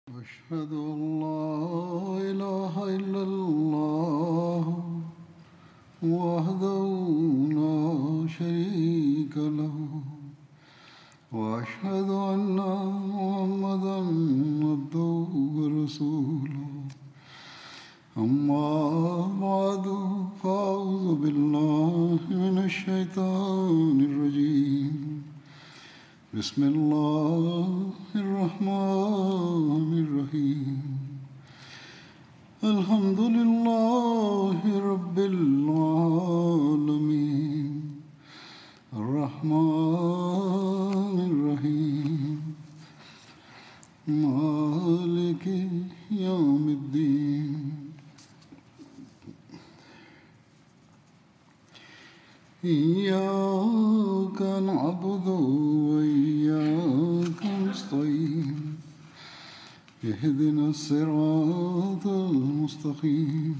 أشهد أن لا إله إلا الله وحده لا شريك له وأشهد أن محمدا عبده ورسوله أما بعد فأعوذ بالله من الشيطان الرجيم بسم الله الرحمن الرحيم الحمد لله رب العالمين الرحمن الرحيم مالك يوم الدين إياك نعبد وإياك نستعين اهدنا الصراط المستقيم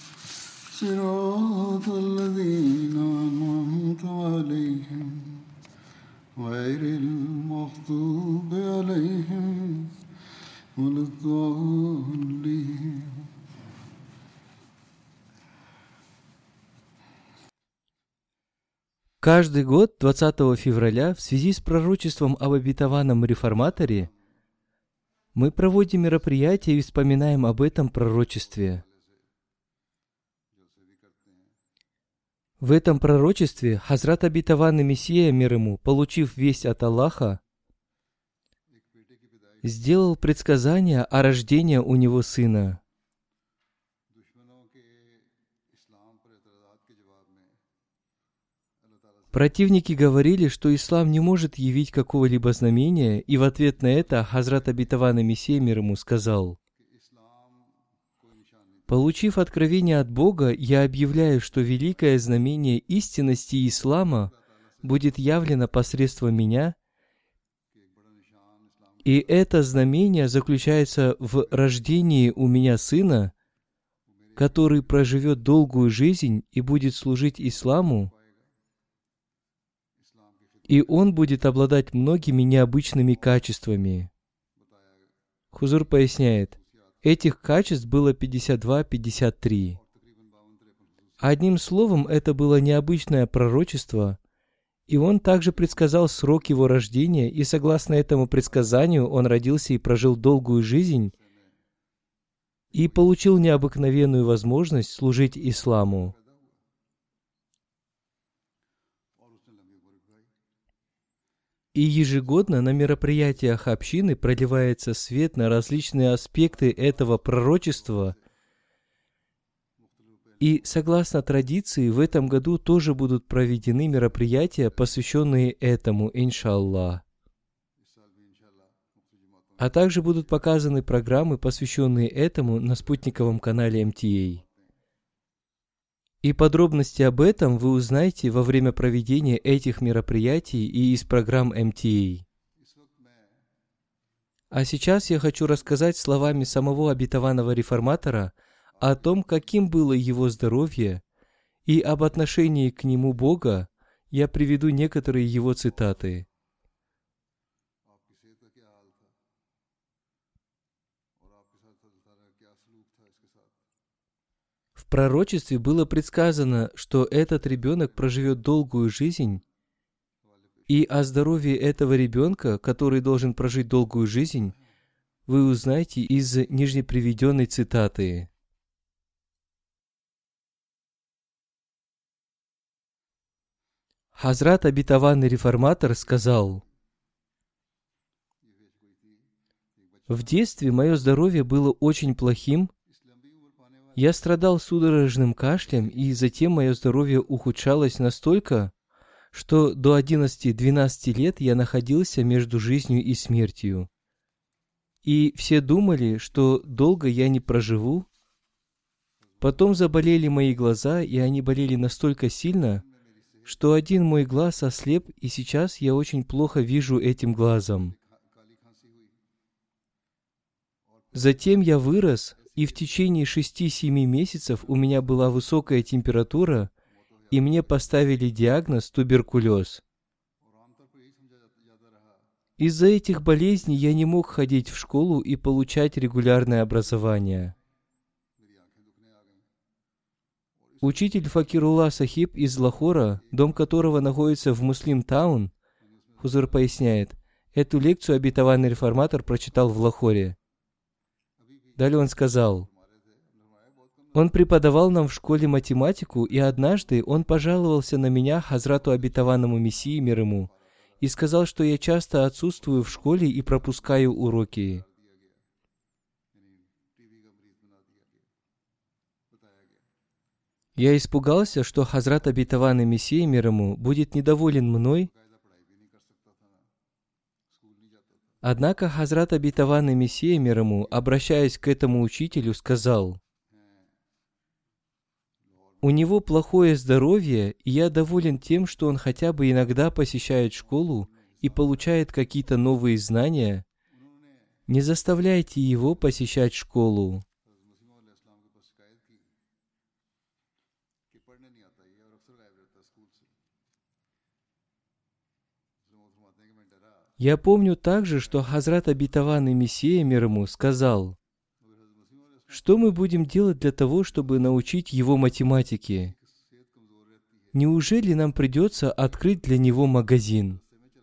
صراط الذين أنعمت عليهم غير المغضوب عليهم ولا الضالين. Каждый год 20 февраля в связи с пророчеством об обетованном реформаторе мы проводим мероприятие и вспоминаем об этом пророчестве. В этом пророчестве Хазрат обетованный Мессия, мир ему, получив весть от Аллаха, сделал предсказание о рождении у него сына. Противники говорили, что ислам не может явить какого-либо знамения, и в ответ на это Хазрат обетованный Мессия, мир ему, сказал: «Получив откровение от Бога, я объявляю, что великое знамение истинности ислама будет явлено посредством меня, и это знамение заключается в рождении у меня сына, который проживет долгую жизнь и будет служить исламу, и он будет обладать многими необычными качествами». Хузур поясняет, этих качеств было 52-53. Одним словом, это было необычное пророчество, и он также предсказал срок его рождения, и согласно этому предсказанию он родился и прожил долгую жизнь, и получил необыкновенную возможность служить исламу. И ежегодно на мероприятиях общины проливается свет на различные аспекты этого пророчества. И согласно традиции, в этом году тоже будут проведены мероприятия, посвященные этому, иншаллах. А также будут показаны программы, посвященные этому, на спутниковом канале МТА. И подробности об этом вы узнаете во время проведения этих мероприятий и из программ МТА. А сейчас я хочу рассказать словами самого обетованного реформатора о том, каким было его здоровье, и об отношении к нему Бога я приведу некоторые его цитаты. В пророчестве было предсказано, что этот ребенок проживет долгую жизнь, и о здоровье этого ребенка, который должен прожить долгую жизнь, вы узнаете из ниже приведенной цитаты. Хазрат обетованный реформатор сказал: «В детстве мое здоровье было очень плохим. Я страдал судорожным кашлем, и затем мое здоровье ухудшалось настолько, что до 11-12 лет я находился между жизнью и смертью. И все думали, что долго я не проживу. Потом заболели мои глаза, и они болели настолько сильно, что один мой глаз ослеп, и сейчас я очень плохо вижу этим глазом. Затем я вырос, и в течение 6-7 месяцев у меня была высокая температура, и мне поставили диагноз туберкулез. Из-за этих болезней я не мог ходить в школу и получать регулярное образование. Учитель Факирулла Сахиб из Лахора, дом которого находится в Муслим-таун, Хузур поясняет, эту лекцию обетованный реформатор прочитал в Лахоре. Далее он сказал, он преподавал нам в школе математику, и однажды он пожаловался на меня Хазрату обетованному Мессии мир ему и сказал, что я часто отсутствую в школе и пропускаю уроки. Я испугался, что Хазрат обетованный Мессия мир ему будет недоволен мной. Однако Хазрат обетованный Мессия мир ему, обращаясь к этому учителю, сказал, «У него плохое здоровье, и я доволен тем, что он хотя бы иногда посещает школу и получает какие-то новые знания. Не заставляйте его посещать школу». Я помню также, что Хазрат обетованный Мессия мир ему сказал, что мы будем делать для того, чтобы научить его математике? Неужели нам придется открыть для него магазин?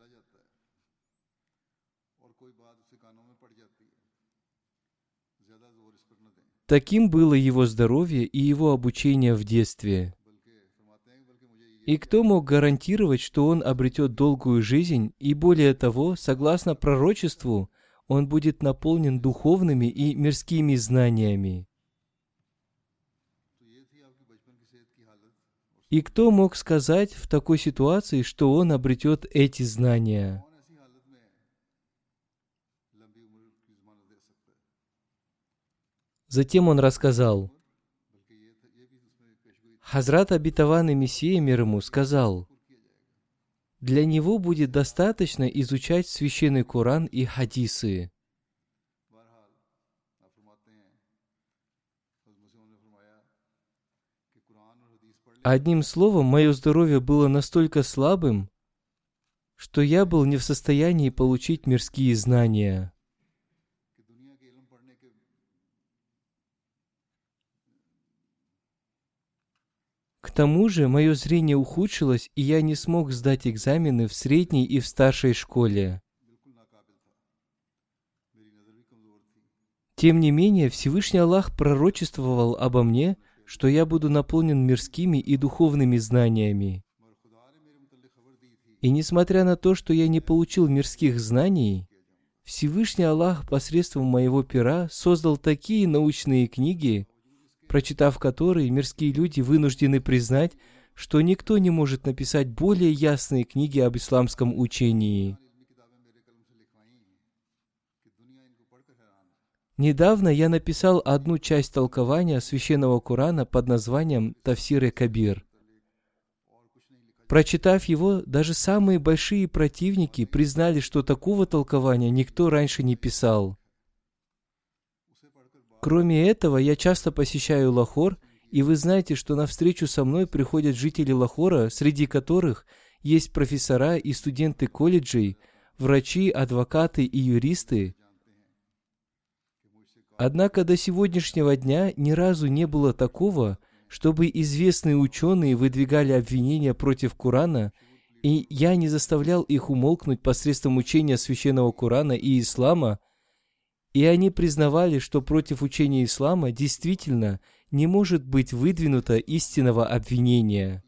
Таким было его здоровье и его обучение в детстве. И кто мог гарантировать, что он обретет долгую жизнь, и более того, согласно пророчеству, он будет наполнен духовными и мирскими знаниями? И кто мог сказать в такой ситуации, что он обретет эти знания? Затем он рассказал, Хазрат обетованный Мессия мир ему сказал, для него будет достаточно изучать священный Коран и хадисы. Одним словом, мое здоровье было настолько слабым, что я был не в состоянии получить мирские знания. К тому же, мое зрение ухудшилось, и я не смог сдать экзамены в средней и в старшей школе. Тем не менее, Всевышний Аллах пророчествовал обо мне, что я буду наполнен мирскими и духовными знаниями. И несмотря на то, что я не получил мирских знаний, Всевышний Аллах посредством моего пера создал такие научные книги, прочитав которые, мирские люди вынуждены признать, что никто не может написать более ясные книги об исламском учении. Недавно я написал одну часть толкования священного Корана под названием «Тафсир-э-Кабир». Прочитав его, даже самые большие противники признали, что такого толкования никто раньше не писал. Кроме этого, я часто посещаю Лахор, и вы знаете, что на встречу со мной приходят жители Лахора, среди которых есть профессора и студенты колледжей, врачи, адвокаты и юристы. Однако до сегодняшнего дня ни разу не было такого, чтобы известные ученые выдвигали обвинения против Корана, и я не заставлял их умолкнуть посредством учения священного Корана и ислама, и они признавали, что против учения ислама действительно не может быть выдвинуто истинного обвинения.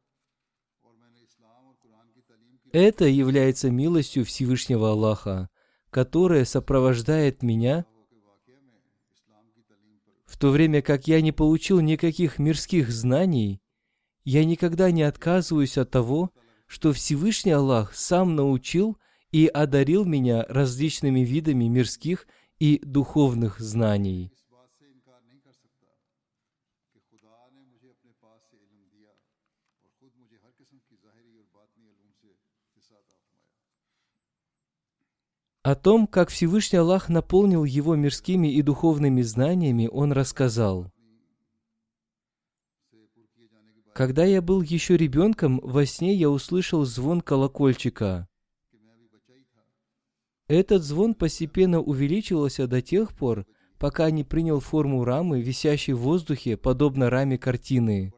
Это является милостью Всевышнего Аллаха, которая сопровождает меня, в то время как я не получил никаких мирских знаний. Я никогда не отказываюсь от того, что Всевышний Аллах сам научил и одарил меня различными видами мирских и духовных знаний. О том, как Всевышний Аллах наполнил его мирскими и духовными знаниями, он рассказал. Когда я был еще ребенком, во сне я услышал звон колокольчика. Этот звон постепенно увеличивался до тех пор, пока не принял форму рамы, висящей в воздухе, подобно раме картины.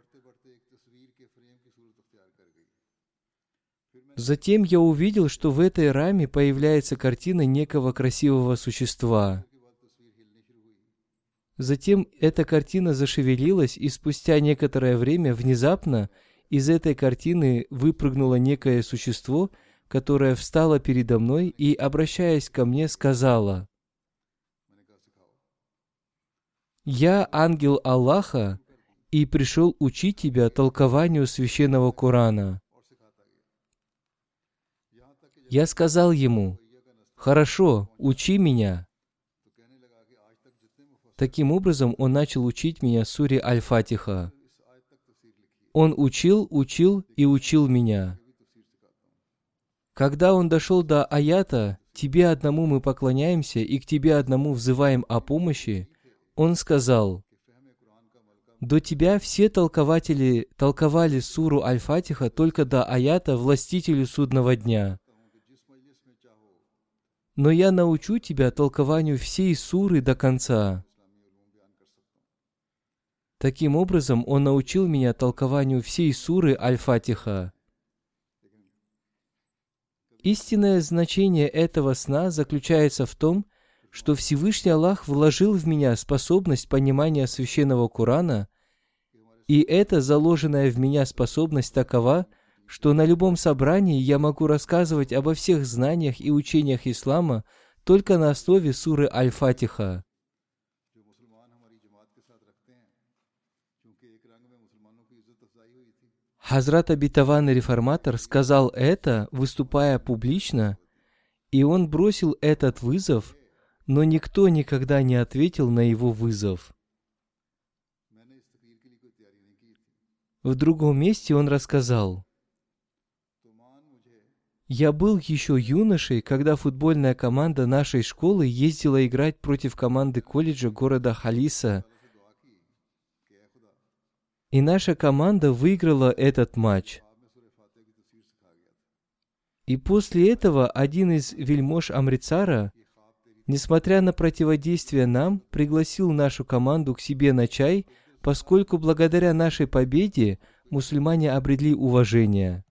Затем я увидел, что в этой раме появляется картина некого красивого существа. Затем эта картина зашевелилась, и спустя некоторое время внезапно из этой картины выпрыгнуло некое существо, которое встало передо мной и, обращаясь ко мне, сказала: «Я ангел Аллаха и пришел учить тебя толкованию священного Корана». Я сказал ему: «Хорошо, учи меня». Таким образом, он начал учить меня суре Аль-Фатиха. Он учил и учил меня. Когда он дошел до аята «Тебе одному мы поклоняемся и к Тебе одному взываем о помощи», он сказал: «До тебя все толкователи толковали суру Аль-Фатиха только до аята «Властителю судного дня». Но я научу тебя толкованию всей суры до конца». Таким образом, он научил меня толкованию всей суры Аль-Фатиха. Истинное значение этого сна заключается в том, что Всевышний Аллах вложил в меня способность понимания священного Корана, и эта заложенная в меня способность такова, что на любом собрании я могу рассказывать обо всех знаниях и учениях ислама только на основе суры Аль-Фатиха. Хазрат обетованный реформатор сказал это, выступая публично, и он бросил этот вызов, но никто никогда не ответил на его вызов. В другом месте он рассказал: «Я был еще юношей, когда футбольная команда нашей школы ездила играть против команды колледжа города Халиса, и наша команда выиграла этот матч. И после этого один из вельмож Амритсара, несмотря на противодействие нам, пригласил нашу команду к себе на чай, поскольку благодаря нашей победе мусульмане обрели уважение.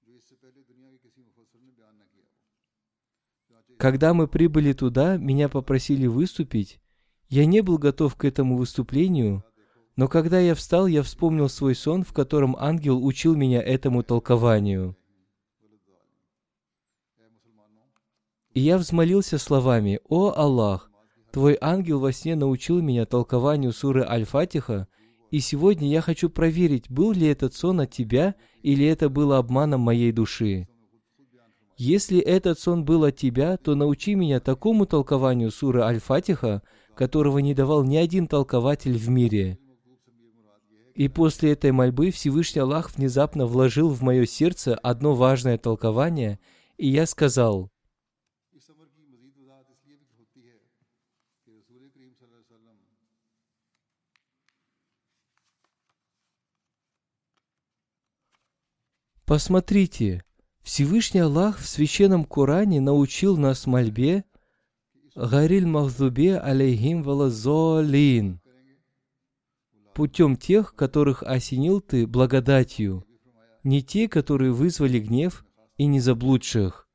Когда мы прибыли туда, меня попросили выступить. Я не был готов к этому выступлению, но когда я встал, я вспомнил свой сон, в котором ангел учил меня этому толкованию. И я взмолился словами: «О Аллах, Твой ангел во сне научил меня толкованию суры Аль-Фатиха, и сегодня я хочу проверить, был ли этот сон от Тебя, или это было обманом моей души. Если этот сон был от Тебя, то научи меня такому толкованию суры Аль-Фатиха, которого не давал ни один толкователь в мире». И после этой мольбы Всевышний Аллах внезапно вложил в мое сердце одно важное толкование, и я сказал: «Посмотрите, Всевышний Аллах в Священном Коране научил нас мольбе «Гариль махзубе алейхим валазолин» путем тех, которых осенил Ты благодатью, не те, которые вызвали гнев, и не заблудших.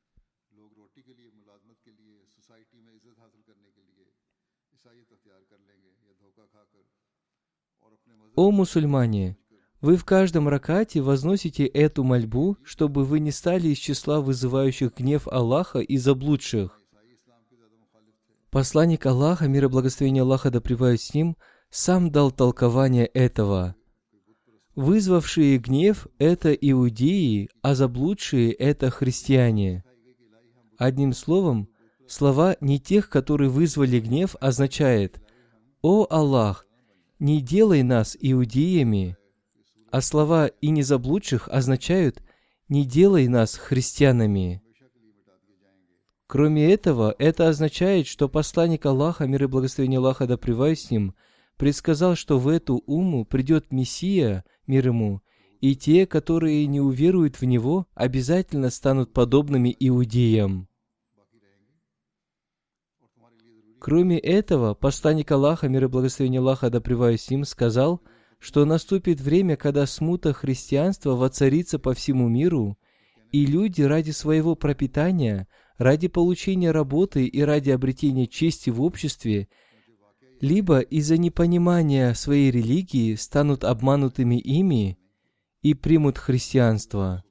О мусульмане! Вы в каждом ракате возносите эту мольбу, чтобы вы не стали из числа вызывающих гнев Аллаха и заблудших. Посланник Аллаха, мир и благословение Аллаха да пребывают с ним, сам дал толкование этого. Вызвавшие гнев – это иудеи, а заблудшие – это христиане. Одним словом, слова «не тех, которые вызвали гнев» означает: «О Аллах, не делай нас иудеями», а слова «и не заблудших» означают «не делай нас христианами». Кроме этого, это означает, что посланник Аллаха, мир и благословение Аллаха да пребывает с ним, предсказал, что в эту умму придет Мессия, мир ему, и те, которые не уверуют в него, обязательно станут подобными иудеям. Кроме этого, посланник Аллаха, мир и благословение Аллаха, да пребывает с ним, сказал, что наступит время, когда смута христианства воцарится по всему миру, и люди ради своего пропитания, ради получения работы и ради обретения чести в обществе, либо из-за непонимания своей религии станут обманутыми ими и примут христианство.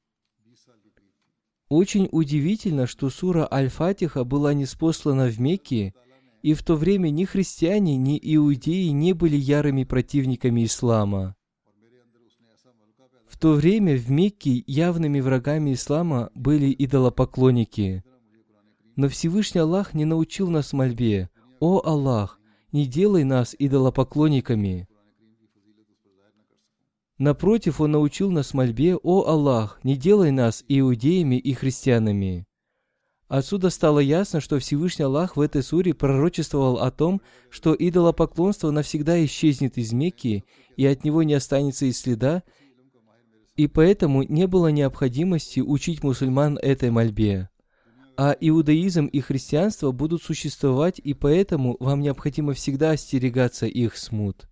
Очень удивительно, что сура Аль-Фатиха была ниспослана в Мекке, и в то время ни христиане, ни иудеи не были ярыми противниками ислама. В то время в Мекке явными врагами ислама были идолопоклонники. Но Всевышний Аллах не научил нас мольбе: «О Аллах, не делай нас идолопоклонниками». Напротив, Он научил нас мольбе: «О Аллах, не делай нас иудеями и христианами». Отсюда стало ясно, что Всевышний Аллах в этой суре пророчествовал о том, что идолопоклонство навсегда исчезнет из Мекки, и от него не останется и следа, и поэтому не было необходимости учить мусульман этой мольбе. А иудаизм и христианство будут существовать, и поэтому вам необходимо всегда остерегаться их смут.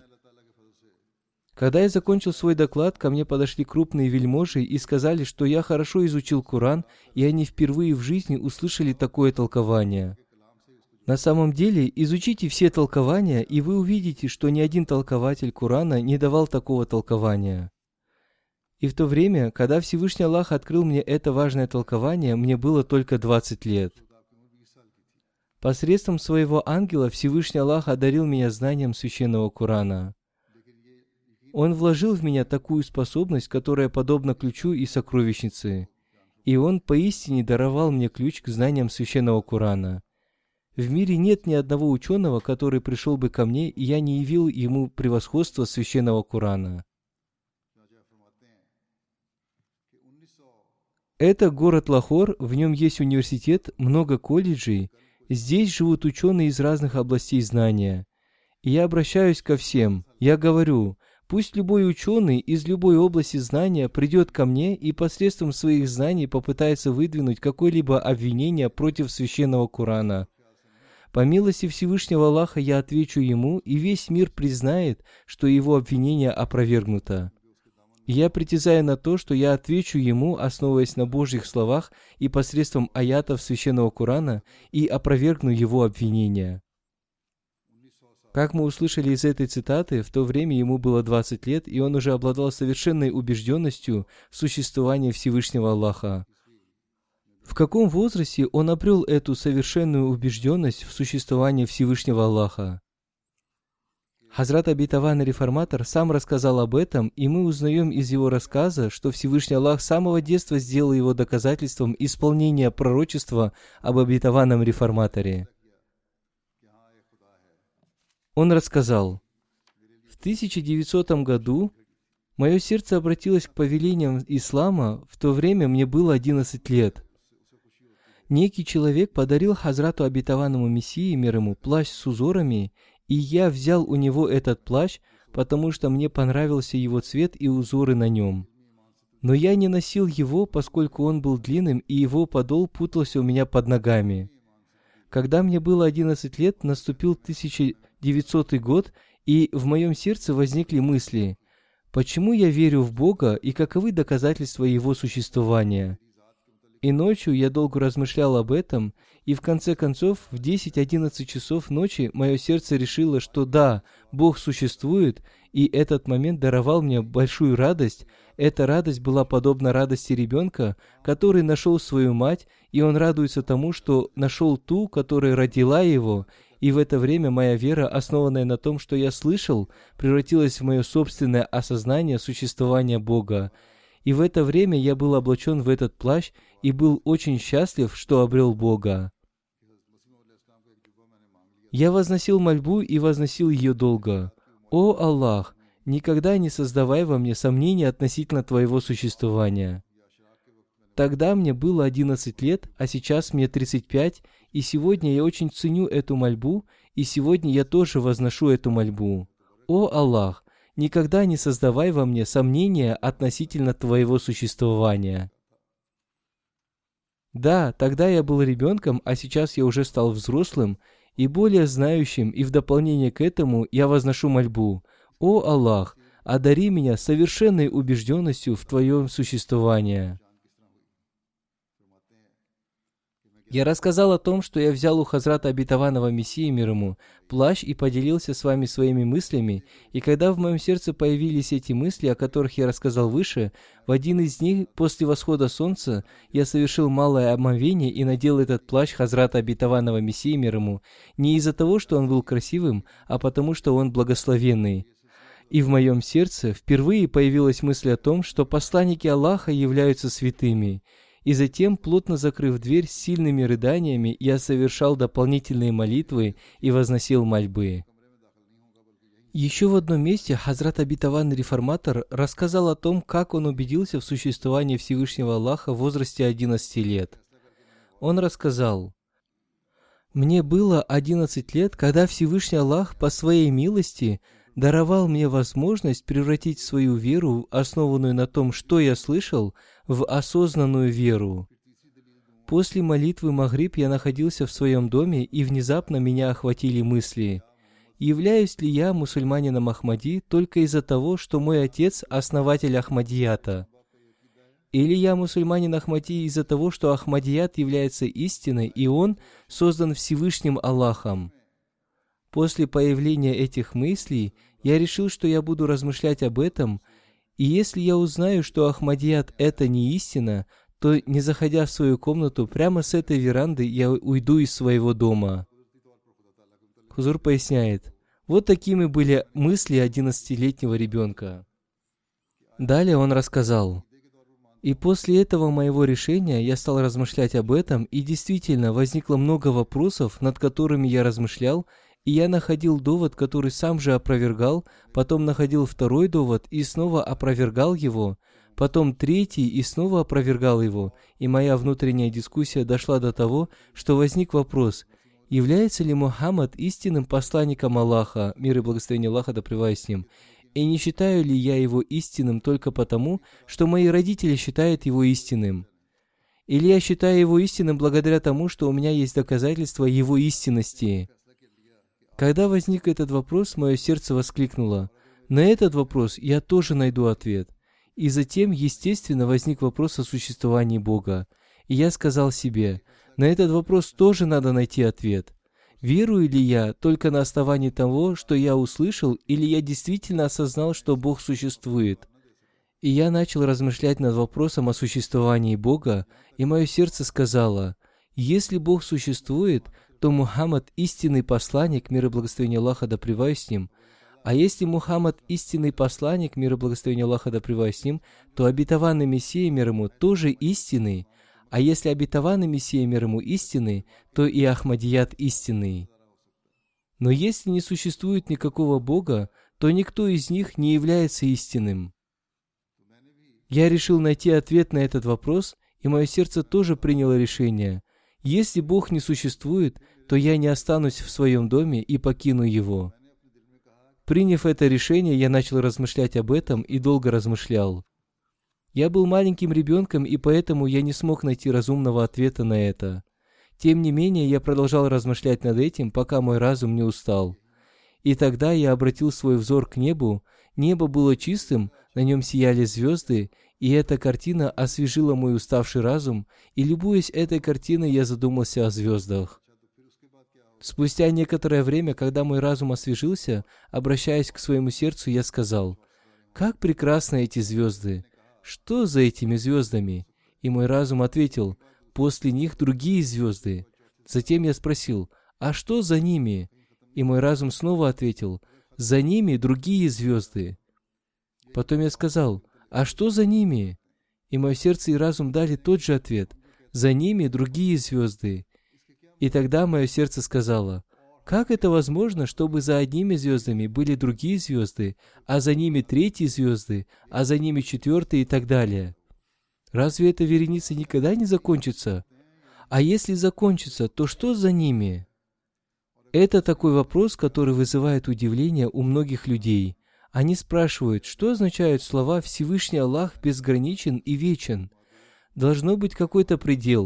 Когда я закончил свой доклад, ко мне подошли крупные вельможи и сказали, что я хорошо изучил Коран, и они впервые в жизни услышали такое толкование. На самом деле, изучите все толкования, и вы увидите, что ни один толкователь Корана не давал такого толкования. И в то время, когда Всевышний Аллах открыл мне это важное толкование, мне было только 20 лет. Посредством своего ангела Всевышний Аллах одарил меня знанием священного Корана. Он вложил в меня такую способность, которая подобна ключу и сокровищнице. И Он поистине даровал мне ключ к знаниям священного Корана. В мире нет ни одного ученого, который пришел бы ко мне, и я не явил ему превосходство священного Корана. Это город Лахор, в нем есть университет, много колледжей. Здесь живут ученые из разных областей знания. И я обращаюсь ко всем. Я говорю: пусть любой ученый из любой области знания придет ко мне и посредством своих знаний попытается выдвинуть какое-либо обвинение против священного Корана. По милости Всевышнего Аллаха я отвечу ему, и весь мир признает, что его обвинение опровергнуто. Я притязаю на то, что я отвечу ему, основываясь на Божьих словах и посредством аятов священного Корана, и опровергну его обвинения. Как мы услышали из этой цитаты, в то время ему было 20 лет, и он уже обладал совершенной убежденностью в существовании Всевышнего Аллаха. В каком возрасте он обрел эту совершенную убежденность в существовании Всевышнего Аллаха? Хазрат Обетованный Реформатор сам рассказал об этом, и мы узнаем из его рассказа, что Всевышний Аллах с самого детства сделал его доказательством исполнения пророчества об Обетованном Реформаторе. Он рассказал: в 1900 году мое сердце обратилось к повелениям ислама, в то время мне было 11 лет. Некий человек подарил Хазрату Обетованному Мессии, мир ему, плащ с узорами, и я взял у него этот плащ, потому что мне понравился его цвет и узоры на нем. Но я не носил его, поскольку он был длинным, и его подол путался у меня под ногами. Когда мне было 11 лет, наступил 1900 год, и в моем сердце возникли мысли: почему я верю в Бога и каковы доказательства Его существования? И ночью я долго размышлял об этом, и в конце концов в 10-11 часов ночи мое сердце решило, что да, Бог существует, и этот момент даровал мне большую радость. Эта радость была подобна радости ребенка, который нашел свою мать, и он радуется тому, что нашел ту, которая родила его. И в это время моя вера, основанная на том, что я слышал, превратилась в мое собственное осознание существования Бога. И в это время я был облачен в этот плащ и был очень счастлив, что обрел Бога. Я возносил мольбу и возносил ее долго. «О Аллах, никогда не создавай во мне сомнений относительно Твоего существования». Тогда мне было 11 лет, а сейчас мне 35, и сегодня я очень ценю эту мольбу, и сегодня я тоже возношу эту мольбу. «О Аллах, никогда не создавай во мне сомнения относительно Твоего существования». Да, тогда я был ребенком, а сейчас я уже стал взрослым, и более знающим, и в дополнение к этому я возношу мольбу: «О Аллах, одари меня совершенной убежденностью в Твоем существовании». Я рассказал о том, что я взял у Хазрата Обетованного Мессии мир ему плащ и поделился с вами своими мыслями, и когда в моем сердце появились эти мысли, о которых я рассказал выше, в один из них, после восхода солнца, я совершил малое омовение и надел этот плащ Хазрата Обетованного Мессии мир ему, не из-за того, что он был красивым, а потому что он благословенный. И в моем сердце впервые появилась мысль о том, что посланники Аллаха являются святыми. И затем, плотно закрыв дверь с сильными рыданиями, я совершал дополнительные молитвы и возносил мольбы. Еще в одном месте Хазрат Обетованный Реформатор рассказал о том, как он убедился в существовании Всевышнего Аллаха в возрасте 11 лет. Он рассказал: «Мне было 11 лет, когда Всевышний Аллах по своей милости даровал мне возможность превратить свою веру, основанную на том, что я слышал, в осознанную веру. После молитвы Магриб я находился в своем доме, и внезапно меня охватили мысли: являюсь ли я мусульманином Ахмади только из-за того, что мой отец – основатель Ахмадията? Или я мусульманин Ахмади из-за того, что Ахмадият является истиной, и он создан Всевышним Аллахом? После появления этих мыслей я решил, что я буду размышлять об этом, и если я узнаю, что Ахмадият – это не истина, то, не заходя в свою комнату, прямо с этой веранды я уйду из своего дома». Хузур поясняет: вот такими были мысли 11-летнего ребенка. Далее он рассказал: «И после этого моего решения я стал размышлять об этом, и действительно возникло много вопросов, над которыми я размышлял, и я находил довод, который сам же опровергал, потом находил второй довод и снова опровергал его, потом третий и снова опровергал его, и моя внутренняя дискуссия дошла до того, что возник вопрос: является ли Мухаммад истинным посланником Аллаха, мир и благословение Аллаха да пребывает с ним, и не считаю ли я его истинным только потому, что мои родители считают его истинным? Или я считаю его истинным благодаря тому, что у меня есть доказательства его истинности?» Когда возник этот вопрос, мое сердце воскликнуло: на этот вопрос я тоже найду ответ. И затем, естественно, возник вопрос о существовании Бога. И я сказал себе: на этот вопрос тоже надо найти ответ. Верую ли я только на основании того, что я услышал, или я действительно осознал, что Бог существует? И я начал размышлять над вопросом о существовании Бога, и мое сердце сказало: если Бог существует, то Мухаммад – истинный посланник, мир и благословение Аллаха да пребывает с ним. А если Мухаммад – истинный посланник, мир и благословение Аллаха да пребывает с ним, то обетованный Мессия мир ему тоже истинный. А если обетованный Мессия мир ему истинный, то и Ахмадият истинный. Но если не существует никакого Бога, то никто из них не является истинным. Я решил найти ответ на этот вопрос, и мое сердце тоже приняло решение: если Бог не существует, то я не останусь в своем доме и покину его. Приняв это решение, я начал размышлять об этом и долго размышлял. Я был маленьким ребенком, и поэтому я не смог найти разумного ответа на это. Тем не менее, я продолжал размышлять над этим, пока мой разум не устал. И тогда я обратил свой взор к небу. Небо было чистым, на нем сияли звезды, и эта картина освежила мой уставший разум, и, любуясь этой картиной, я задумался о звездах. Спустя некоторое время, когда мой разум освежился, обращаясь к своему сердцу, я сказал: «Как прекрасны эти звезды! Что за этими звездами?» И мой разум ответил: «После них другие звезды». Затем я спросил: «А что за ними?» И мой разум снова ответил: «За ними другие звезды». Потом я сказал: «А что за ними?» И мое сердце и разум дали тот же ответ: «За ними другие звезды». И тогда мое сердце сказало: как это возможно, чтобы за одними звездами были другие звезды, а за ними третьи звезды, а за ними четвертые и так далее? Разве эта вереница никогда не закончится? А если закончится, то что за ними? Это такой вопрос, который вызывает удивление у многих людей. Они спрашивают, что означают слова «Всевышний Аллах безграничен и вечен». Должно быть какой-то предел.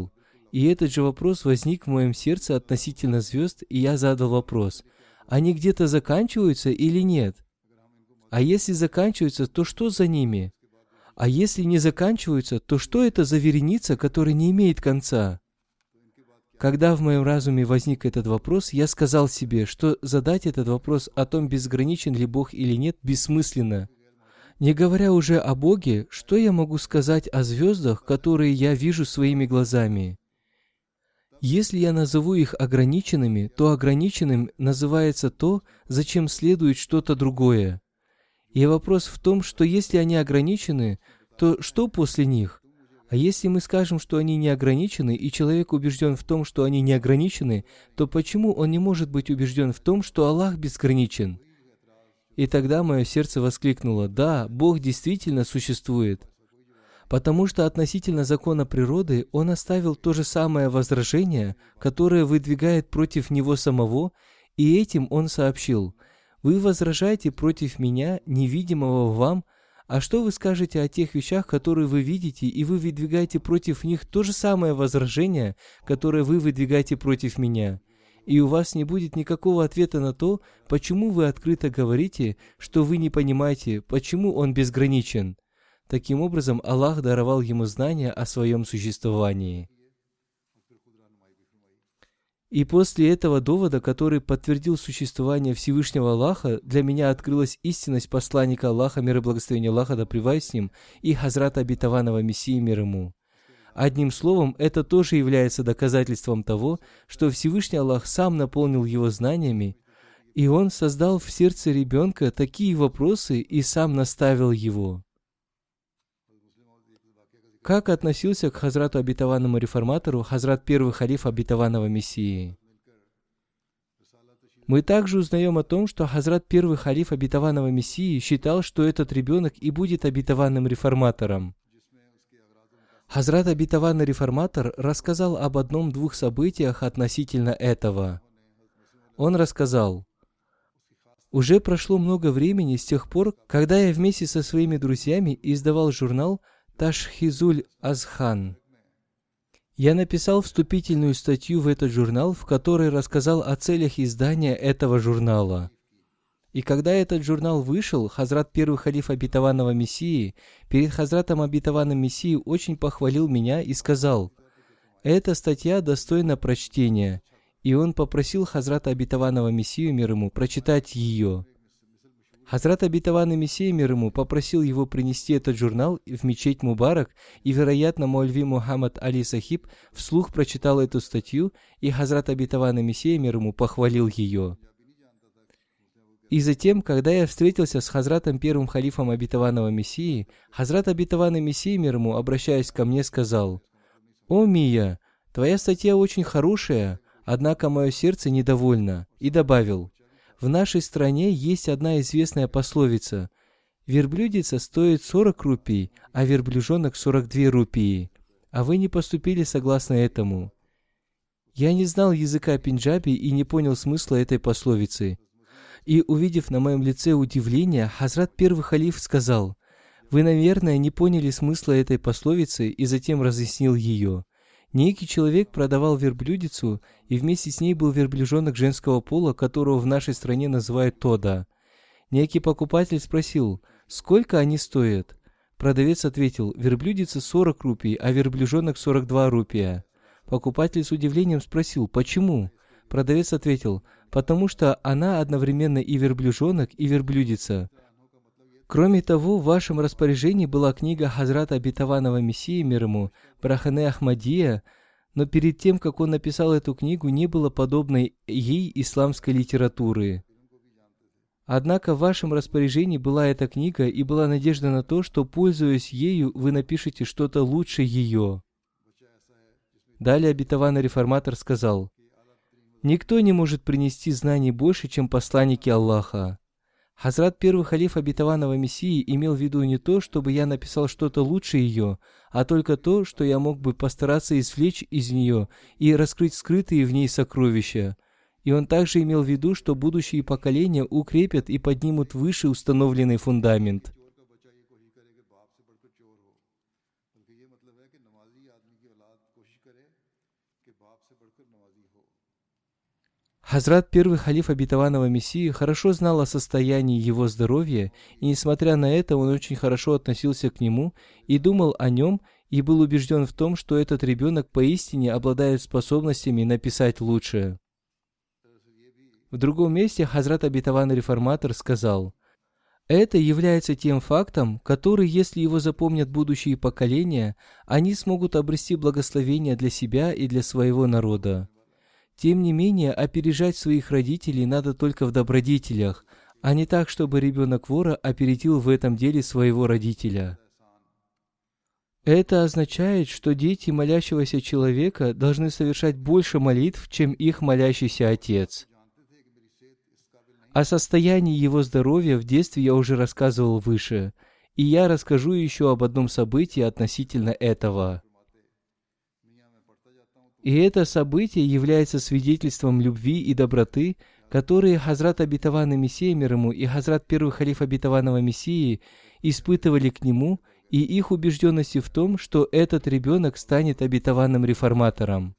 И этот же вопрос возник в моем сердце относительно звезд, и я задал вопрос, они где-то заканчиваются или нет? А если заканчиваются, то что за ними? А если не заканчиваются, то что это за вереница, которая не имеет конца? Когда в моем разуме возник этот вопрос, я сказал себе, что задать этот вопрос о том, безграничен ли Бог или нет, бессмысленно. Не говоря уже о Боге, что я могу сказать о звездах, которые я вижу своими глазами? Если я назову их ограниченными, то ограниченным называется то, зачем следует что-то другое. И вопрос в том, что если они ограничены, то что после них? А если мы скажем, что они не ограничены, и человек убежден в том, что они не ограничены, то почему он не может быть убежден в том, что Аллах безграничен? И тогда мое сердце воскликнуло: да, Бог действительно существует. Потому что относительно закона природы Он оставил то же самое возражение, которое выдвигает против Него самого, и этим Он сообщил: «Вы возражаете против Меня, невидимого вам, а что вы скажете о тех вещах, которые вы видите, и вы выдвигаете против них то же самое возражение, которое вы выдвигаете против Меня?» И у вас не будет никакого ответа на то, почему вы открыто говорите, что вы не понимаете, почему Он безграничен. Таким образом, Аллах даровал ему знания о своем существовании. И после этого довода, который подтвердил существование Всевышнего Аллаха, для меня открылась истинность посланника Аллаха, мир и благословение Аллаха, да пребывает с ним, и Хазрата обетованного Мессии, мир ему. Одним словом, это тоже является доказательством того, что Всевышний Аллах сам наполнил его знаниями, и Он создал в сердце ребенка такие вопросы и сам наставил его. Как относился к Хазрату обетованному реформатору Хазрат первый халиф обетованного Мессии? Мы также узнаем о том, что Хазрат первый халиф обетованного Мессии считал, что этот ребенок и будет обетованным реформатором. Хазрат обетованный реформатор рассказал об одном-двух событиях относительно этого. Он рассказал: «Уже прошло много времени с тех пор, когда я вместе со своими друзьями издавал журнал Ташхизуль Азхан. Я написал вступительную статью в этот журнал, в которой рассказал о целях издания этого журнала. И когда этот журнал вышел, Хазрат первый халиф обетованного Мессии перед Хазратом обетованным Мессией очень похвалил меня и сказал: «Эта статья достойна прочтения», и он попросил Хазрата обетованного Мессию, мир ему, прочитать ее. Хазрат обетованный Мессия, мир ему, попросил его принести этот журнал в мечеть Мубарак, и, вероятно, Маульви Мухаммад Али Сахиб вслух прочитал эту статью, и Хазрат обетованный Мессия, мир ему, похвалил ее. И затем, когда я встретился с Хазратом первым халифом обетованного Мессии, Хазрат обетованный Мессия, мир ему, обращаясь ко мне, сказал: «О, Мия, твоя статья очень хорошая, однако мое сердце недовольно», и добавил: «В нашей стране есть одна известная пословица: верблюдица стоит 40 рупий, а верблюжонок 42 рупии, а вы не поступили согласно этому». Я не знал языка пенджаби и не понял смысла этой пословицы. И, увидев на моем лице удивление, Хазрат первый халиф сказал: «Вы, наверное, не поняли смысла этой пословицы», и затем разъяснил ее. Некий человек продавал верблюдицу, и вместе с ней был верблюжонок женского пола, которого в нашей стране называют тода. Некий покупатель спросил: «Сколько они стоят?» Продавец ответил: «Верблюдица 40 рупий, а верблюжонок 42 рупия». Покупатель с удивлением спросил: «Почему?» Продавец ответил: «Потому что она одновременно и верблюжонок, и верблюдица». Кроме того, в вашем распоряжении была книга Хазрата обетованного Мессии, мир ему, Брахане Ахмадия, но перед тем, как он написал эту книгу, не было подобной ей исламской литературы. Однако в вашем распоряжении была эта книга, и была надежда на то, что, пользуясь ею, вы напишете что-то лучше ее. Далее обетованный реформатор сказал: «Никто не может принести знаний больше, чем посланники Аллаха». Хазрат первый халиф обетованного Мессии имел в виду не то, чтобы я написал что-то лучше ее, а только то, что я мог бы постараться извлечь из нее и раскрыть скрытые в ней сокровища. И он также имел в виду, что будущие поколения укрепят и поднимут выше установленный фундамент. Хазрат, первый халиф обетованного Мессии, хорошо знал о состоянии его здоровья, и несмотря на это, он очень хорошо относился к нему и думал о нем, и был убежден в том, что этот ребенок поистине обладает способностями написать лучше. В другом месте Хазрат обетованный реформатор сказал: «Это является тем фактом, который, если его запомнят будущие поколения, они смогут обрести благословение для себя и для своего народа. Тем не менее, опережать своих родителей надо только в добродетелях, а не так, чтобы ребенок вора опередил в этом деле своего родителя». Это означает, что дети молящегося человека должны совершать больше молитв, чем их молящийся отец. О состоянии его здоровья в детстве я уже рассказывал выше, и я расскажу еще об одном событии относительно этого. И это событие является свидетельством любви и доброты, которые Хазрат обетованный Мессия мир ему и Хазрат первый халиф обетованного Мессии испытывали к нему, и их убежденности в том, что этот ребенок станет обетованным реформатором.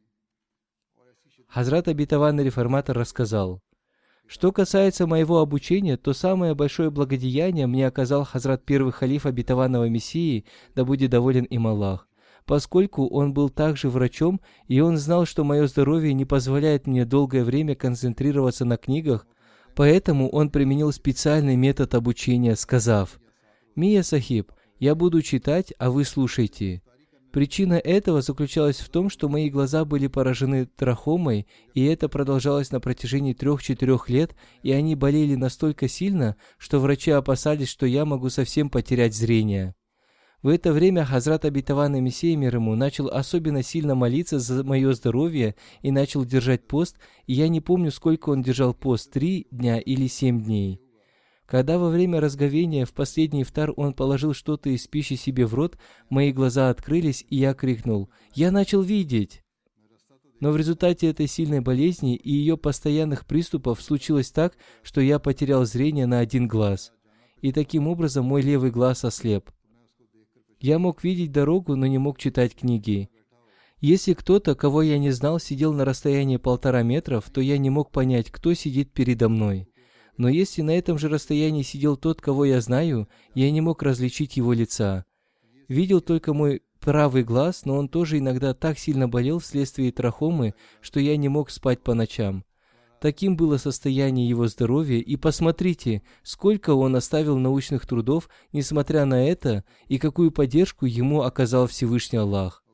Хазрат обетованный реформатор рассказал: «Что касается моего обучения, то самое большое благодеяние мне оказал Хазрат первый халиф обетованного Мессии, да будет доволен им Аллах, поскольку он был также врачом, и он знал, что мое здоровье не позволяет мне долгое время концентрироваться на книгах, поэтому он применил специальный метод обучения, сказав: «Мия Сахиб, я буду читать, а вы слушайте». Причина этого заключалась в том, что мои глаза были поражены трахомой, и это продолжалось на протяжении 3-4 лет, и они болели настолько сильно, что врачи опасались, что я могу совсем потерять зрение. В это время Хазрат обетованный Мессия мир ему начал особенно сильно молиться за мое здоровье и начал держать пост, и я не помню, сколько он держал пост, 3 дня или 7 дней. Когда во время разговения в последний ифтар он положил что-то из пищи себе в рот, мои глаза открылись, и я крикнул: «Я начал видеть!» Но в результате этой сильной болезни и ее постоянных приступов случилось так, что я потерял зрение на 1 глаз. И таким образом мой левый глаз ослеп. Я мог видеть дорогу, но не мог читать книги. Если кто-то, кого я не знал, сидел на расстоянии 1,5 метра, то я не мог понять, кто сидит передо мной. Но если на этом же расстоянии сидел тот, кого я знаю, я не мог различить его лица. Видел только мой правый глаз, но он тоже иногда так сильно болел вследствие трахомы, что я не мог спать по ночам. Таким было состояние его здоровья, и посмотрите, сколько он оставил научных трудов, несмотря на это, и какую поддержку ему оказал Всевышний Аллах.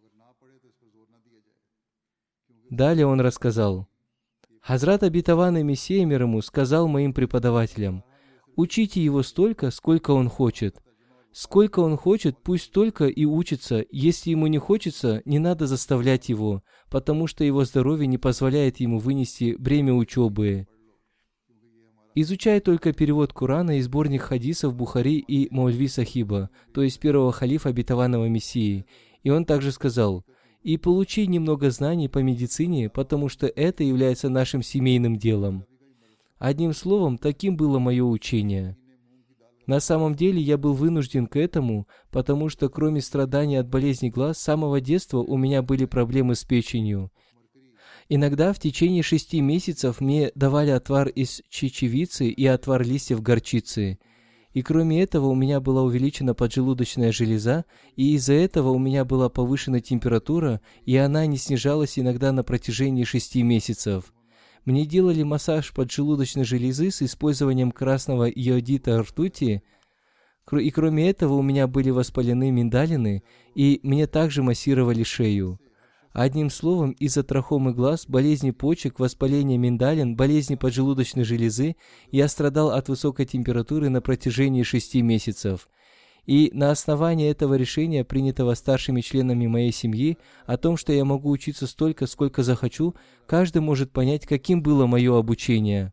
Далее он рассказал: «Хазрат обетованный Мессия мир ему сказал моим преподавателям: учите его столько, сколько он хочет. Сколько он хочет, пусть столько и учится. Если ему не хочется, не надо заставлять его, потому что его здоровье не позволяет ему вынести бремя учебы. Изучай только перевод Корана и сборник хадисов Бухари и Маульви Сахиба, то есть первого халифа обетованного Мессии». И он также сказал: «И получи немного знаний по медицине, потому что это является нашим семейным делом». Одним словом, таким было мое учение. На самом деле я был вынужден к этому, потому что кроме страданий от болезни глаз, с самого детства у меня были проблемы с печенью. Иногда в течение 6 месяцев мне давали отвар из чечевицы и отвар листьев горчицы. И кроме этого у меня была увеличена поджелудочная железа, и из-за этого у меня была повышена температура, и она не снижалась иногда на протяжении 6 месяцев. Мне делали массаж поджелудочной железы с использованием красного йодита ртути, и кроме этого у меня были воспалены миндалины, и мне также массировали шею. Одним словом, из-за трахомы глаз, болезни почек, воспаления миндалин, болезни поджелудочной железы я страдал от высокой температуры на протяжении 6 месяцев. И на основании этого решения, принятого старшими членами моей семьи, о том, что я могу учиться столько, сколько захочу, каждый может понять, каким было мое обучение.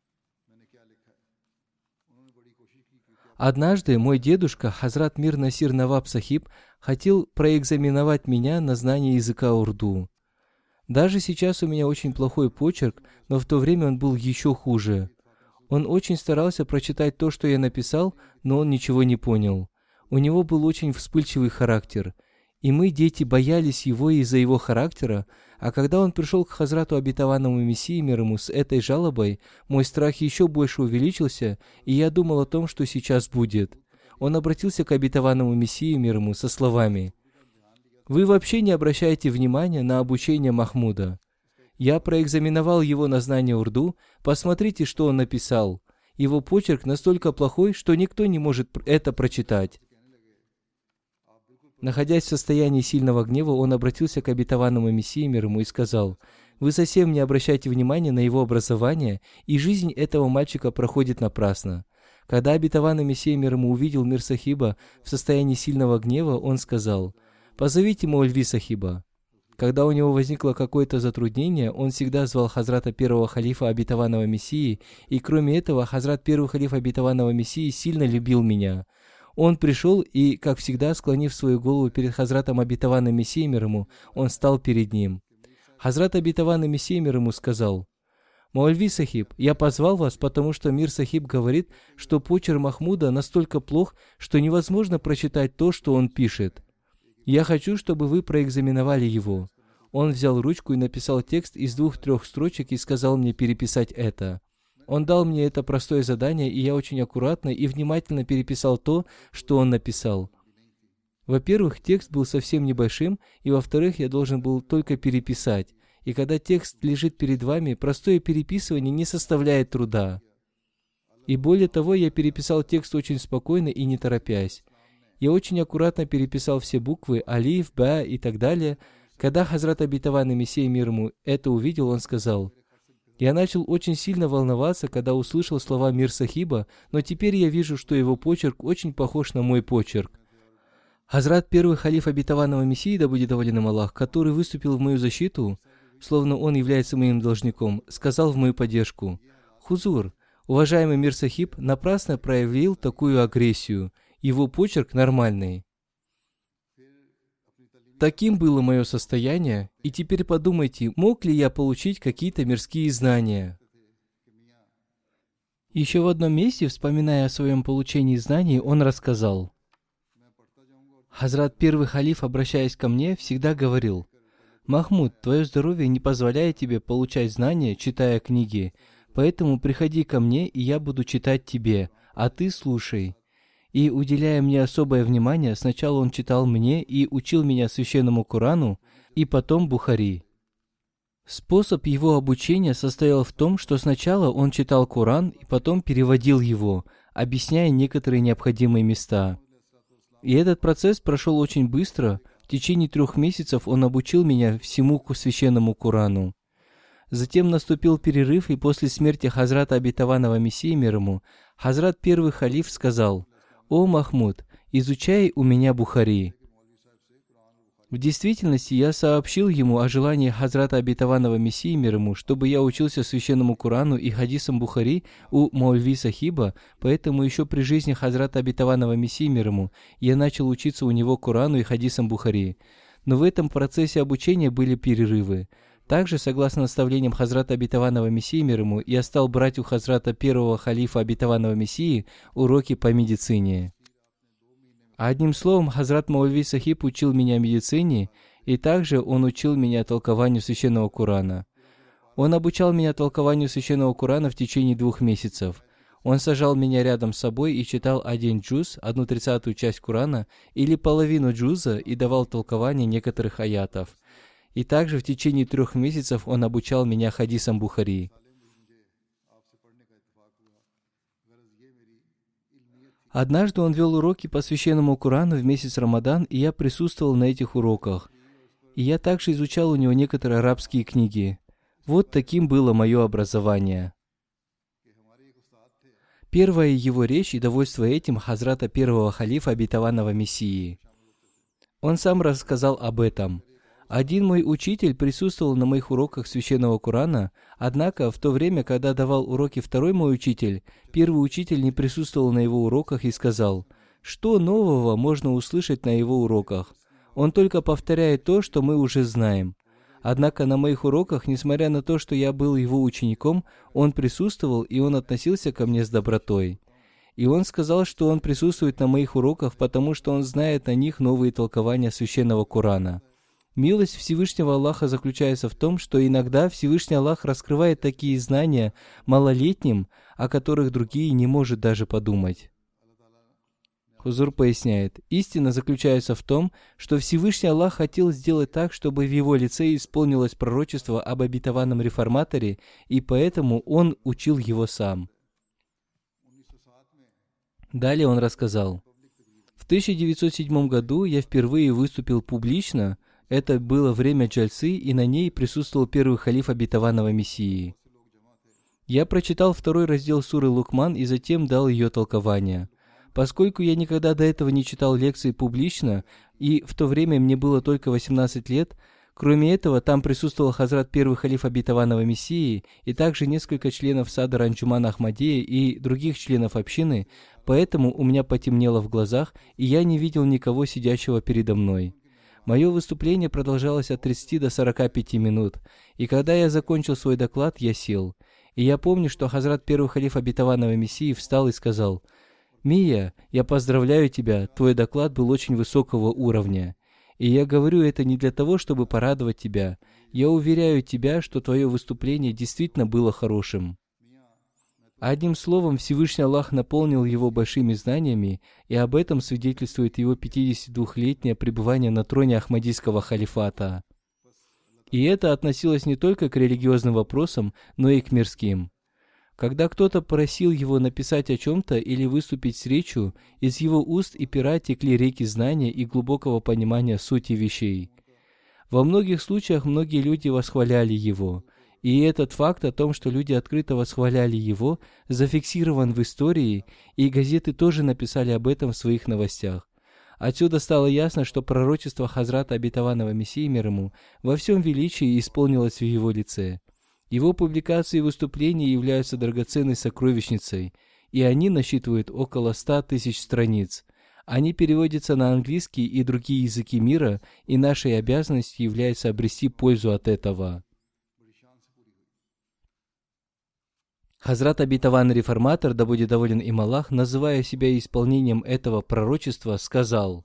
Однажды мой дедушка, Хазрат Мир Насир Наваб Сахиб, хотел проэкзаменовать меня на знание языка урду. Даже сейчас у меня очень плохой почерк, но в то время он был еще хуже. Он очень старался прочитать то, что я написал, но он ничего не понял. У него был очень вспыльчивый характер. И мы, дети, боялись его из-за его характера, а когда он пришел к Хазрату обетованному Мессии мир ему с этой жалобой, мой страх еще больше увеличился, и я думал о том, что сейчас будет. Он обратился к обетованному Мессии мир ему со словами: «Вы вообще не обращаете внимания на обучение Махмуда. Я проэкзаменовал его на знание урду, посмотрите, что он написал. Его почерк настолько плохой, что никто не может это прочитать». Находясь в состоянии сильного гнева, он обратился к обетованному Мессии мир ему и сказал: «Вы совсем не обращайте внимания на его образование, и жизнь этого мальчика проходит напрасно». Когда обетованный Мессия мир ему увидел Мир Сахиба в состоянии сильного гнева, он сказал: «Позовите Маульви Сахиба». Когда у него возникло какое-то затруднение, он всегда звал Хазрата первого халифа обетованного Мессии, и кроме этого, Хазрат первый халиф обетованного Мессии сильно любил меня. Он пришел и, как всегда, склонив свою голову перед Хазратом обетованным Мессией мир ему, он стал перед ним. Хазрат обетованный Мессия мир ему сказал: «Маульви Сахиб, я позвал вас, потому что Мир Сахиб говорит, что почерк Махмуда настолько плох, что невозможно прочитать то, что он пишет. Я хочу, чтобы вы проэкзаменовали его». Он взял ручку и написал текст из 2-3 строчек и сказал мне переписать это. Он дал мне это простое задание, и я очень аккуратно и внимательно переписал то, что он написал. Во-первых, текст был совсем небольшим, и во-вторых, я должен был только переписать. И когда текст лежит перед вами, простое переписывание не составляет труда. И более того, я переписал текст очень спокойно и не торопясь. Я очень аккуратно переписал все буквы, алиф, ба и так далее. Когда Хазрат обетованный Мессия мир ему это увидел, он сказал: «Я начал очень сильно волноваться, когда услышал слова Мир Сахиба, но теперь я вижу, что его почерк очень похож на мой почерк». Хазрат первый халиф обетованного Мессии, да будет доволен им Аллах, который выступил в мою защиту, словно он является моим должником, сказал в мою поддержку: «Хузур, уважаемый Мир Сахиб напрасно проявил такую агрессию. Его почерк нормальный». Таким было мое состояние, и теперь подумайте, мог ли я получить какие-то мирские знания. Еще в одном месте, вспоминая о своем получении знаний, он рассказал: «Хазрат первый халиф, обращаясь ко мне, всегда говорил: Махмуд, твое здоровье не позволяет тебе получать знания, читая книги, поэтому приходи ко мне, и я буду читать тебе, а ты слушай». И, уделяя мне особое внимание, сначала он читал мне и учил меня священному Корану, и потом Бухари. Способ его обучения состоял в том, что сначала он читал Коран и потом переводил его, объясняя некоторые необходимые места. И этот процесс прошел очень быстро. В течение 3 месяцев он обучил меня всему священному Корану. Затем наступил перерыв, и после смерти Хазрата обетованного Мессии мир ему, Хазрат первый халиф сказал: «О Махмуд, изучай у меня Бухари». В действительности я сообщил ему о желании Хазрата обетованного Мессии мир ему, чтобы я учился священному Корану и хадисам Бухари у Маульви Сахиба, поэтому еще при жизни Хазрата обетованного Мессии мир ему я начал учиться у него Корану и хадисам Бухари. Но в этом процессе обучения были перерывы. Также, согласно наставлениям Хазрата обетованного Мессии мир ему, я стал брать у Хазрата первого халифа обетованного Мессии уроки по медицине. Одним словом, Хазрат Маульви Сахиб учил меня медицине, и также он учил меня толкованию священного Корана. Он обучал меня толкованию священного Корана в течение 2 месяцев. Он сажал меня рядом с собой и читал 1 джуз, 1/30 часть Корана, или половину джуза, и давал толкование некоторых аятов. И также в течение 3 месяцев он обучал меня хадисам Бухари. Однажды он вел уроки по священному Корану в месяц Рамадан, и я присутствовал на этих уроках. И я также изучал у него некоторые арабские книги. Вот таким было мое образование. Первая его речь и довольство этим Хазрата первого халифа обетованного Мессии. Он сам рассказал об этом. Один мой учитель присутствовал на моих уроках священного Корана, однако в то время, когда давал уроки второй мой учитель, первый учитель не присутствовал на его уроках и сказал: «Что нового можно услышать на его уроках? Он только повторяет то, что мы уже знаем». Однако на моих уроках, несмотря на то, что я был его учеником, он присутствовал и он относился ко мне с добротой. И он сказал, что он присутствует на моих уроках, потому что он знает о них новые толкования Священного Корана. Милость Всевышнего Аллаха заключается в том, что иногда Всевышний Аллах раскрывает такие знания малолетним, о которых другие не могут даже подумать. Хузур поясняет, истина заключается в том, что Всевышний Аллах хотел сделать так, чтобы в его лице исполнилось пророчество об обетованном реформаторе, и поэтому он учил его сам. Далее он рассказал, в 1907 году я впервые выступил публично, это было время джальсы, и на ней присутствовал первый халиф обетованного Мессии. Я прочитал второй раздел суры Лукман и затем дал ее толкование. Поскольку я никогда до этого не читал лекции публично, и в то время мне было только 18 лет, кроме этого, там присутствовал Хазрат первый халиф обетованного Мессии и также несколько членов Садр Анджумана Ахмадия и других членов общины, поэтому у меня потемнело в глазах, и я не видел никого сидящего передо мной. Мое выступление продолжалось от 30 до 45 минут, и когда я закончил свой доклад, я сел. И я помню, что Хазрат первый халиф обетованного Мессии встал и сказал: «Мия, я поздравляю тебя, твой доклад был очень высокого уровня. И я говорю это не для того, чтобы порадовать тебя. Я уверяю тебя, что твое выступление действительно было хорошим». Одним словом, Всевышний Аллах наполнил его большими знаниями, и об этом свидетельствует его 52-летнее пребывание на троне Ахмадийского халифата. И это относилось не только к религиозным вопросам, но и к мирским. Когда кто-то просил его написать о чем-то или выступить с речью, из его уст и пера текли реки знания и глубокого понимания сути вещей. Во многих случаях многие люди восхваляли его, и этот факт о том, что люди открыто восхваляли его, зафиксирован в истории, и газеты тоже написали об этом в своих новостях. Отсюда стало ясно, что пророчество Хазрата обетованного Мессии мир ему во всем величии исполнилось в его лице. Его публикации и выступления являются драгоценной сокровищницей, и они насчитывают около 100 тысяч страниц. Они переводятся на английский и другие языки мира, и нашей обязанностью является обрести пользу от этого. Хазрат обетованный реформатор, да будет доволен им Аллах, называя себя исполнением этого пророчества, сказал: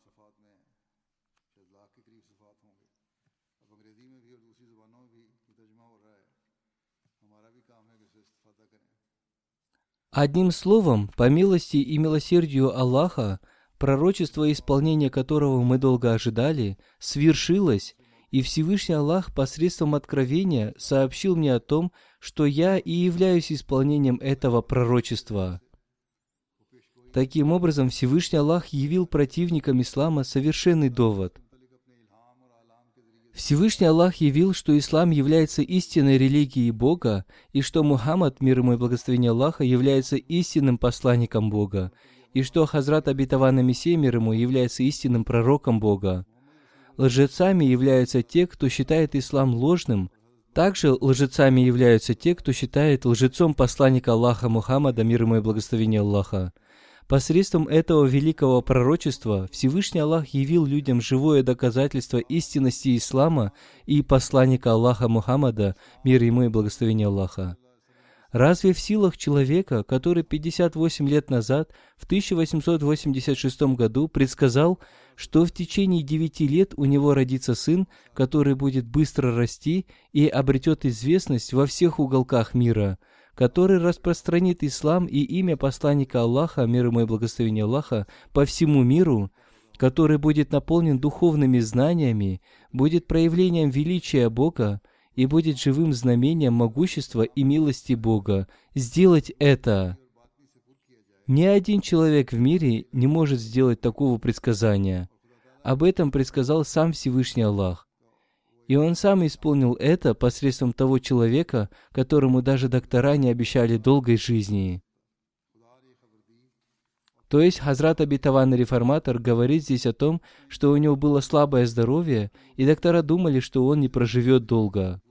«Одним словом, по милости и милосердию Аллаха, пророчество, исполнение которого мы долго ожидали, свершилось, и Всевышний Аллах посредством откровения сообщил мне о том, что я и являюсь исполнением этого пророчества». Таким образом, Всевышний Аллах явил противникам ислама совершенный довод. Всевышний Аллах явил, что ислам является истинной религией Бога, и что Мухаммад, мир ему и благословение Аллаха, является истинным посланником Бога, и что Хазрат обетованный Мессия, мир ему, является истинным пророком Бога. Лжецами являются те, кто считает ислам ложным. Также лжецами являются те, кто считает лжецом посланника Аллаха Мухаммада, мир ему и благословение Аллаха. Посредством этого великого пророчества Всевышний Аллах явил людям живое доказательство истинности ислама и посланника Аллаха Мухаммада, мир ему и благословение Аллаха. Разве в силах человека, который 58 лет назад, в 1886 году, предсказал, что в течение 9 лет у него родится сын, который будет быстро расти и обретет известность во всех уголках мира, который распространит ислам и имя посланника Аллаха, мир ему и благословение Аллаха, по всему миру, который будет наполнен духовными знаниями, будет проявлением величия Бога и будет живым знамением могущества и милости Бога. Сделать это! Ни один человек в мире не может сделать такого предсказания. Об этом предсказал сам Всевышний Аллах. И он сам исполнил это посредством того человека, которому даже доктора не обещали долгой жизни. То есть Хазрат обетованный реформатор говорит здесь о том, что у него было слабое здоровье, и доктора думали, что он не проживет долго.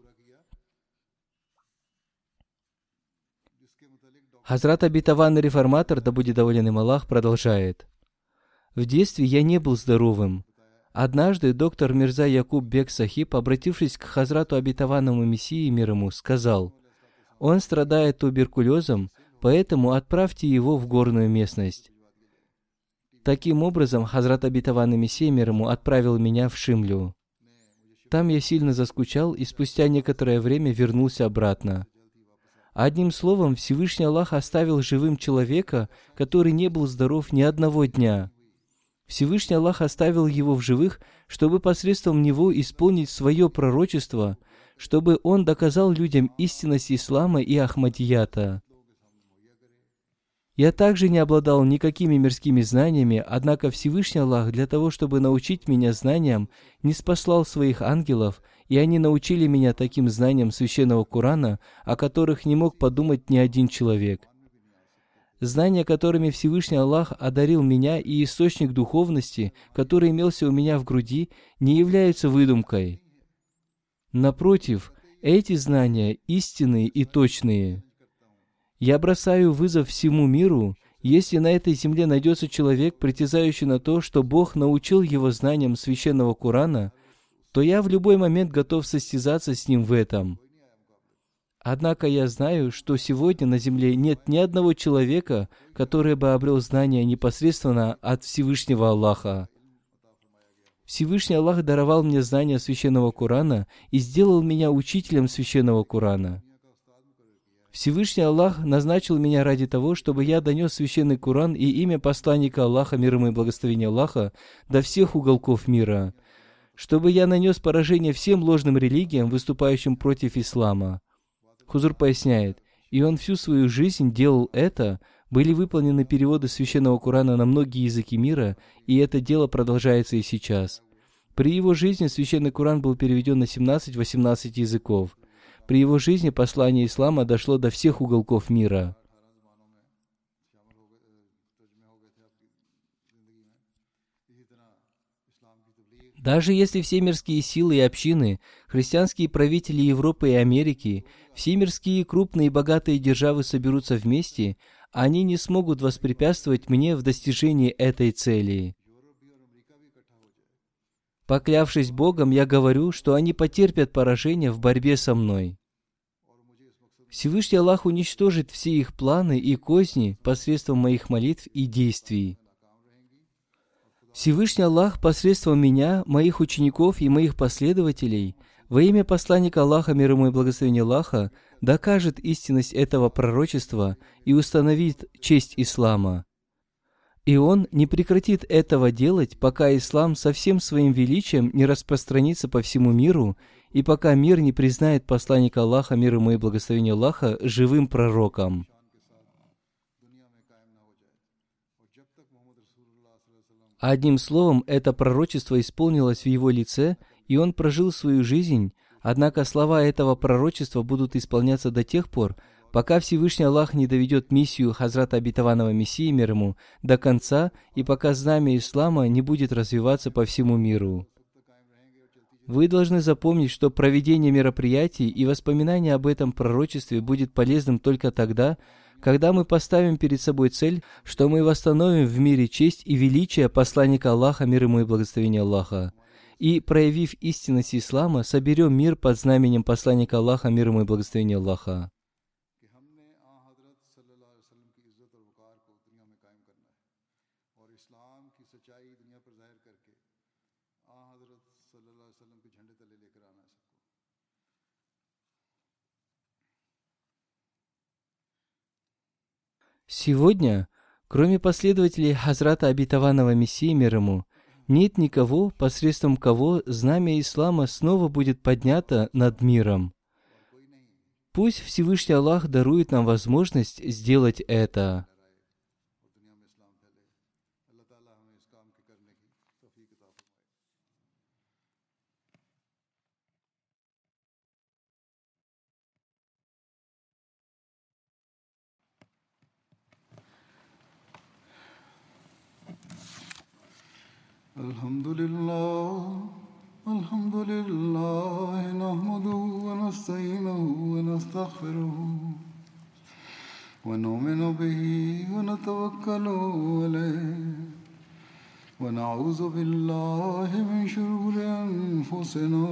Хазрат обетованный реформатор, да будет доволен им Аллах, продолжает: «В детстве я не был здоровым. Однажды доктор Мирза Якуб Бек Сахиб, обратившись к Хазрату обетованному Мессии мир ему, сказал: он страдает туберкулезом, поэтому отправьте его в горную местность». Таким образом, Хазрат обетованный Мессия мир ему отправил меня в Шимлю. Там я сильно заскучал и спустя некоторое время вернулся обратно. Одним словом, Всевышний Аллах оставил живым человека, который не был здоров ни одного дня. Всевышний Аллах оставил его в живых, чтобы посредством него исполнить свое пророчество, чтобы он доказал людям истинность ислама и Ахмадията. Я также не обладал никакими мирскими знаниями, однако Всевышний Аллах для того, чтобы научить меня знаниям, ниспослал своих ангелов, и они научили меня таким знаниям священного Корана, о которых не мог подумать ни один человек. Знания, которыми Всевышний Аллах одарил меня, и источник духовности, который имелся у меня в груди, не являются выдумкой. Напротив, эти знания истинные и точные. Я бросаю вызов всему миру, если на этой земле найдется человек, притязающий на то, что Бог научил его знаниям священного Корана, то я в любой момент готов состязаться с ним в этом. Однако я знаю, что сегодня на земле нет ни одного человека, который бы обрел знания непосредственно от Всевышнего Аллаха. Всевышний Аллах даровал мне знания священного Корана и сделал меня учителем священного Корана. Всевышний Аллах назначил меня ради того, чтобы я донес священный Коран и имя посланника Аллаха, мир ему и благословение Аллаха, до всех уголков мира, чтобы я нанес поражение всем ложным религиям, выступающим против ислама. Хузур поясняет, и он всю свою жизнь делал это, были выполнены переводы священного Корана на многие языки мира, и это дело продолжается и сейчас. При его жизни священный Коран был переведен на 17-18 языков. При его жизни послание ислама дошло до всех уголков мира. Даже если все мирские силы и общины, христианские правители Европы и Америки, все мирские крупные и богатые державы соберутся вместе, они не смогут воспрепятствовать мне в достижении этой цели. Поклявшись Богом, я говорю, что они потерпят поражение в борьбе со мной. Всевышний Аллах уничтожит все их планы и козни посредством моих молитв и действий. Всевышний Аллах посредством меня, моих учеников и моих последователей, во имя посланника Аллаха, мир ему и благословение Аллаха, докажет истинность этого пророчества и установит честь ислама. И он не прекратит этого делать, пока ислам со всем своим величием не распространится по всему миру, и пока мир не признает посланника Аллаха, мир ему и благословение Аллаха, живым пророком. Одним словом, это пророчество исполнилось в его лице, и он прожил свою жизнь, однако слова этого пророчества будут исполняться до тех пор, пока Всевышний Аллах не доведет миссию Хазрата обетованного Мессии мир ему до конца, и пока знамя ислама не будет развиваться по всему миру. Вы должны запомнить, что проведение мероприятий и воспоминания об этом пророчестве будет полезным только тогда, когда мы поставим перед собой цель, что мы восстановим в мире честь и величие посланника Аллаха, мир ему и благословение Аллаха, и, проявив истинность ислама, соберем мир под знаменем посланника Аллаха, мир ему и благословение Аллаха. Сегодня, кроме последователей Хазрата обетованного Мессии мир ему, нет никого, посредством кого знамя ислама снова будет поднято над миром. Пусть Всевышний Аллах дарует нам возможность сделать это. الحمد لله نحمده ونستعينه ونستغفره ونؤمن به ونتوكل عليه ونعوذ بالله من شرور أنفسنا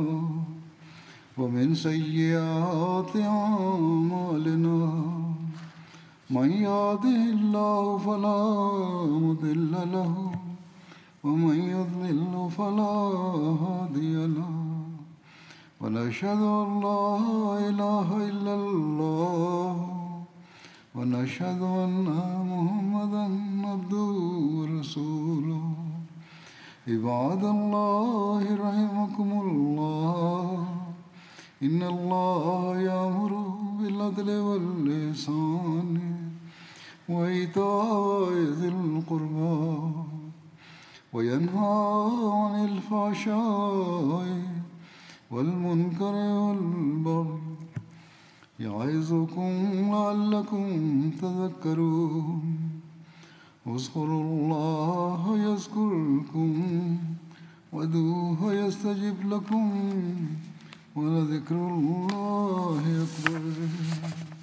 ومن سيئات أعمالنا من يهده الله فلا مضل له ومن يضلل فلا هادي له ونشهد أن لا إله إلا الله ونشهد أن محمدا عبده ورسوله عباد الله رحمكم الله إن الله يأمر بالعدل والإحسان وإيتاء ذي القربى وينهى عن الفحشاء والمنكر والبغي يعظكم لعلكم تذكرون اذكروا الله يذكركم وادعوه يستجب لكم ولذكر الله أكبر